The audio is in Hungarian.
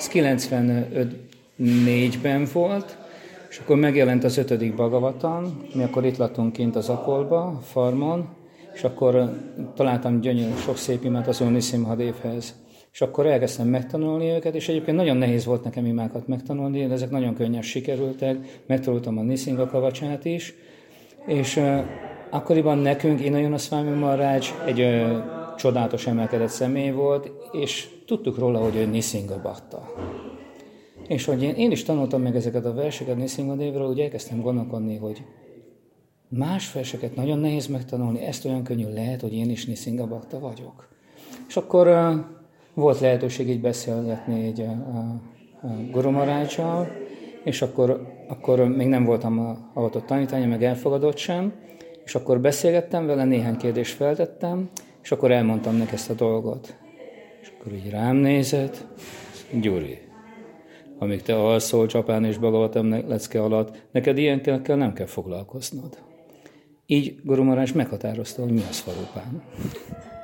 Ez 95-4-ben volt, és akkor megjelent az 5. Bhagavatam, mi akkor itt laktunk kint az Akolba, farmon, és akkor találtam gyönyörű sok szép imát az Nrisimhadevhez. És akkor elkezdtem megtanulni őket, és egyébként nagyon nehéz volt nekem imákat megtanulni, de ezek nagyon könnyen sikerültek, megtanultam a Nisringa Kavacsát is, és akkoriban nekünk Inayana Swami Maharaj egy csodálatos emelkedett személy volt, és tudtuk róla, hogy ő Nisringa Bhakta. És hogy én is tanultam meg ezeket a verseket Nrisimhadevről, úgy elkezdtem gondolkodni, hogy más verseket nagyon nehéz megtanulni, ezt olyan könnyű lehet, hogy én is Nisringa Bhakta vagyok. És akkor volt lehetőség így beszélgetni egy Guru Maharajjal, és akkor még nem voltam avatott tanítánya, meg elfogadott sem, és akkor beszélgettem vele, néhány kérdést feltettem, és akkor elmondtam neki ezt a dolgot. És akkor így rám nézett, Gyuri, amíg te alszol Csapán és Bhagavatam lecke alatt, neked ilyenekkel nem kell foglalkoznod. Így Guru Maharaj meghatározta, hogy mi az Svarupám.